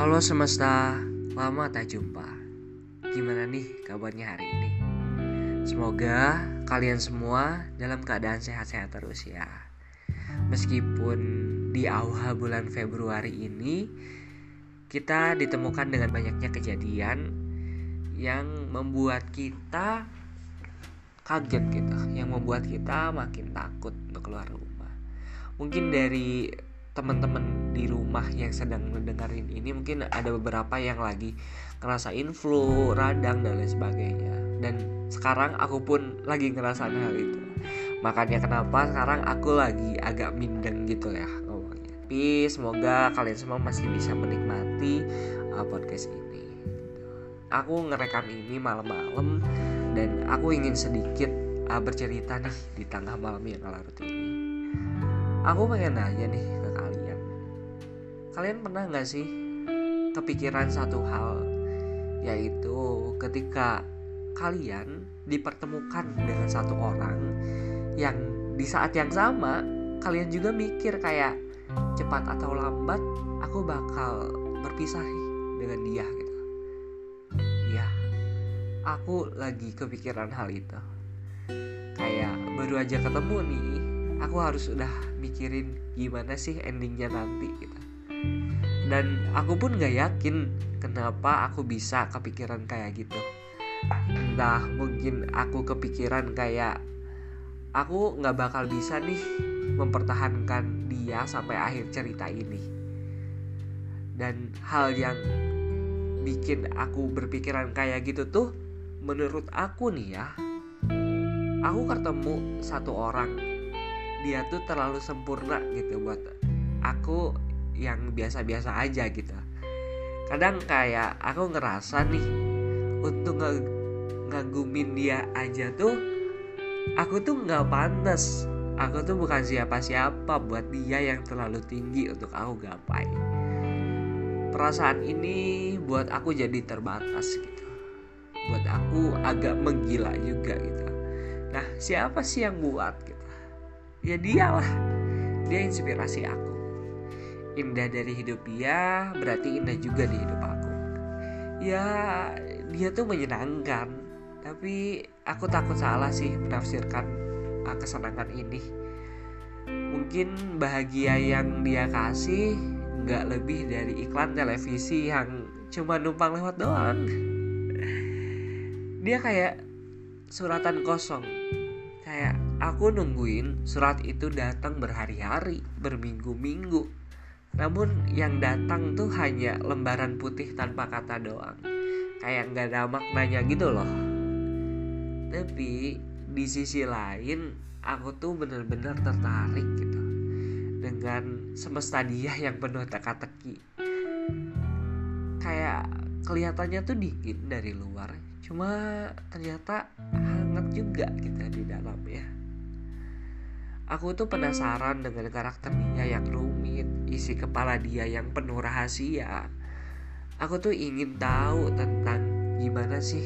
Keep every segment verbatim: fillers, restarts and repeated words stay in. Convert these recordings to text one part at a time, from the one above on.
Halo semesta, lama tak jumpa. Gimana nih kabarnya hari ini? Semoga kalian semua dalam keadaan sehat-sehat terus ya. Meskipun di awal bulan Februari ini kita ditemukan dengan banyaknya kejadian yang membuat kita kaget gitu, yang membuat kita makin takut untuk keluar rumah. Mungkin dari teman-teman di rumah yang sedang mendengarin ini mungkin ada beberapa yang lagi ngerasain flu, radang dan lain sebagainya. Dan sekarang aku pun lagi ngerasain hal itu. Makanya kenapa sekarang aku lagi agak mindeng gitu ya ngomongnya. Tapi semoga kalian semua masih bisa menikmati uh, podcast ini. Aku ngerekam ini malam-malam dan aku ingin sedikit uh, bercerita nih di tengah malam yang larut ini. Aku pengen nanya nih ke kalian. Kalian pernah gak sih kepikiran satu hal, yaitu ketika kalian dipertemukan dengan satu orang yang di saat yang sama kalian juga mikir kayak cepat atau lambat aku bakal berpisah dengan dia gitu. Ya, aku lagi kepikiran hal itu. Kayak baru aja ketemu nih, aku harus udah mikirin gimana sih endingnya nanti gitu. Dan aku pun gak yakin kenapa aku bisa kepikiran kayak gitu. Entah mungkin aku kepikiran kayak aku gak bakal bisa nih mempertahankan dia sampai akhir cerita ini. Dan hal yang bikin aku berpikiran kayak gitu tuh, menurut aku nih ya, aku ketemu satu orang, dia tuh terlalu sempurna gitu buat aku yang biasa-biasa aja gitu. Kadang kayak aku ngerasa nih untuk ng- ngagumin dia aja tuh aku tuh gak pantas. Aku tuh bukan siapa-siapa buat dia yang terlalu tinggi untuk aku gapai. Perasaan ini buat aku jadi terbatas gitu. Buat aku agak menggila juga gitu. Nah, siapa sih yang buat gitu? Ya dialah. Dia inspirasi aku. Indah dari hidup dia berarti indah juga di hidup aku. Ya, dia tuh menyenangkan. Tapi aku takut salah sih menafsirkan uh, kesenangan ini. Mungkin bahagia yang dia kasih gak lebih dari iklan televisi yang cuma numpang lewat doang. Dia kayak suratan kosong. Kayak aku nungguin surat itu datang berhari-hari, berminggu-minggu. Namun yang datang tuh hanya lembaran putih tanpa kata doang. Kayak gak ada maknanya gitu loh. Tapi di sisi lain aku tuh bener-bener tertarik gitu dengan semesta dia yang penuh teka-teki. Kayak kelihatannya tuh dingin dari luar, cuma ternyata hangat juga gitu di dalamnya. Aku tuh penasaran dengan karakter dia yang rumit, isi kepala dia yang penuh rahasia. Aku tuh ingin tahu tentang gimana sih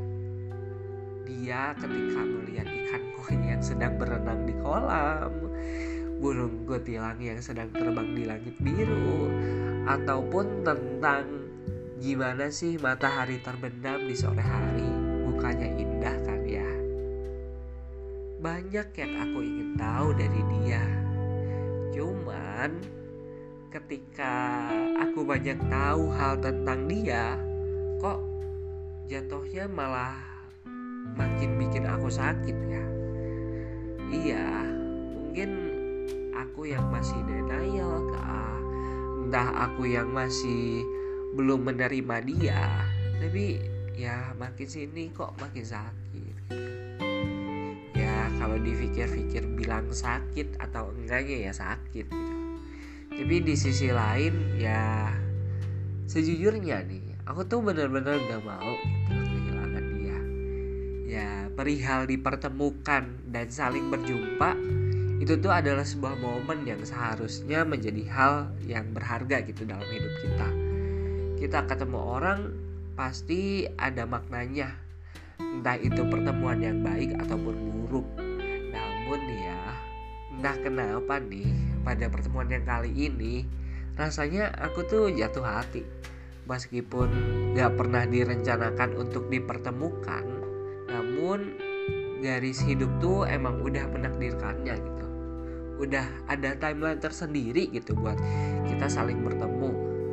dia ketika melihat ikan koi yang sedang berenang di kolam, burung kutilang yang sedang terbang di langit biru, ataupun tentang gimana sih matahari terbenam di sore hari. Bukannya indah kan ya? Banyak yang aku ingin tahu dari dia. Cuman ketika aku banyak tahu hal tentang dia, kok jatuhnya malah makin bikin aku sakit ya. Iya, mungkin aku yang masih denial kah? Entah aku yang masih belum menerima dia. Tapi ya makin sini kok makin sakit gitu. Ya kalau dipikir-pikir bilang sakit atau enggaknya ya sakit gitu. Tapi di sisi lain ya sejujurnya nih, aku tuh benar-benar gak mau gitu kehilangan dia. Ya perihal dipertemukan dan saling berjumpa, itu tuh adalah sebuah momen yang seharusnya menjadi hal yang berharga gitu dalam hidup kita. Kita ketemu orang pasti ada maknanya. Entah itu pertemuan yang baik ataupun buruk. Namun ya, entah kenapa nih pada pertemuan yang kali ini rasanya aku tuh jatuh hati. Meskipun gak pernah direncanakan untuk dipertemukan, namun garis hidup tuh emang udah menakdirkannya gitu. Udah ada timeline tersendiri gitu buat kita saling bertemu.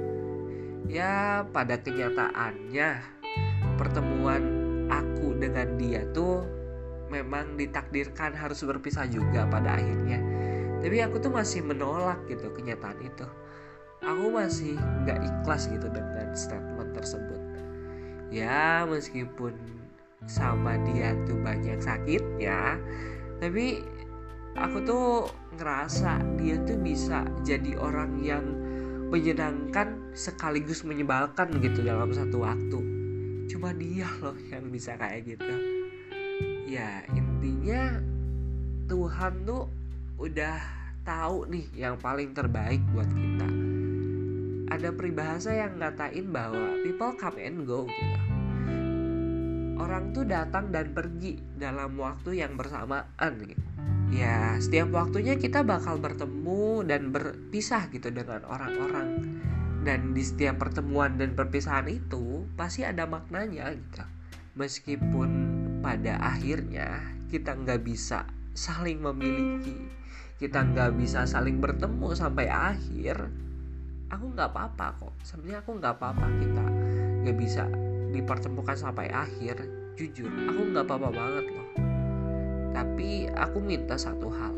Ya pada kenyataannya pertemuan aku dengan dia tuh memang ditakdirkan harus berpisah juga pada akhirnya. Tapi aku tuh masih menolak gitu kenyataan itu. Aku masih gak ikhlas gitu dengan statement tersebut. Ya meskipun sama dia tuh banyak sakitnya, tapi aku tuh ngerasa dia tuh bisa jadi orang yang menyenangkan sekaligus menyebalkan gitu dalam satu waktu. Cuma dia loh yang bisa kayak gitu. Ya intinya Tuhan tuh udah tahu nih yang paling terbaik buat kita. Ada peribahasa yang ngatain bahwa people come and go gitu. Orang tuh datang dan pergi dalam waktu yang bersamaan gitu. Ya setiap waktunya kita bakal bertemu dan berpisah gitu dengan orang-orang. Dan di setiap pertemuan dan perpisahan itu pasti ada maknanya gitu. Meskipun pada akhirnya kita gak bisa saling memiliki, kita gak bisa saling bertemu sampai akhir, aku gak apa-apa kok. Sebenarnya aku gak apa-apa kita gak bisa dipertemukan sampai akhir. Jujur aku gak apa-apa banget loh. Tapi aku minta satu hal,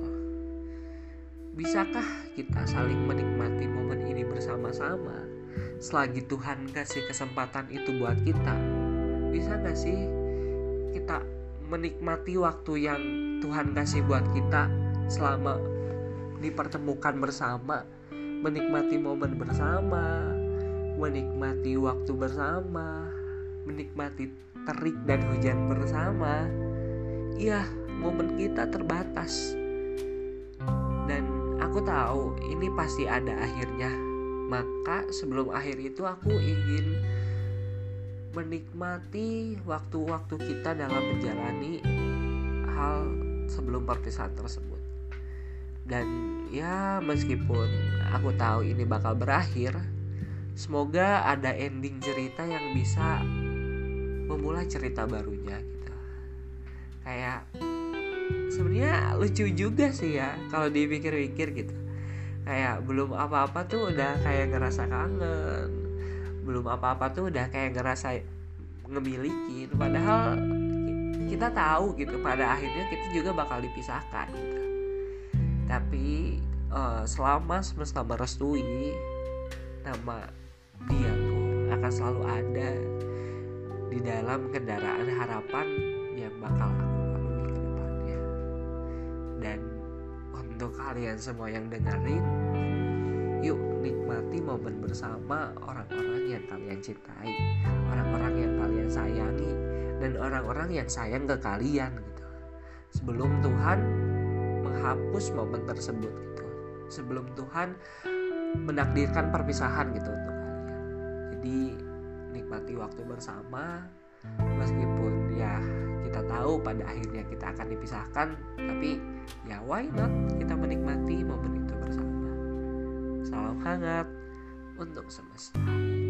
bisakah kita saling menikmati momen ini bersama-sama selagi Tuhan kasih kesempatan itu buat kita? Bisa gak sih kita menikmati waktu yang Tuhan kasih buat kita selama dipertemukan bersama, menikmati momen bersama, menikmati waktu bersama, menikmati terik dan hujan bersama. Iya, momen kita terbatas. Dan aku tahu ini pasti ada akhirnya. Maka sebelum akhir itu aku ingin menikmati waktu-waktu kita dalam menjalani hal sebelum perpisahan tersebut. Dan ya meskipun aku tahu ini bakal berakhir, semoga ada ending cerita yang bisa memulai cerita barunya gitu. Kayak sebenarnya lucu juga sih ya kalau dipikir-pikir gitu. Kayak belum apa-apa tuh udah kayak ngerasa kangen, belum apa-apa tuh udah kayak ngerasa ngemilikin. Padahal kita tahu gitu pada akhirnya kita juga bakal dipisahkan gitu. Tapi uh, selama semesta merestui, nama dia tuh akan selalu ada di dalam kendaraan harapan yang bakal aku lalui ke depannya. Dan untuk kalian semua yang dengerin, yuk nikmati momen bersama orang-orang yang kalian cintai, orang-orang yang kalian sayangi, dan orang-orang yang sayang ke kalian gitu. Sebelum Tuhan menghapus momen tersebut gitu, sebelum Tuhan menakdirkan perpisahan gitu untuk kalian. Jadi nikmati waktu bersama, meskipun ya kita tahu pada akhirnya kita akan dipisahkan, tapi ya why not kita menikmati momen itu bersama. Salam hangat untuk semesta.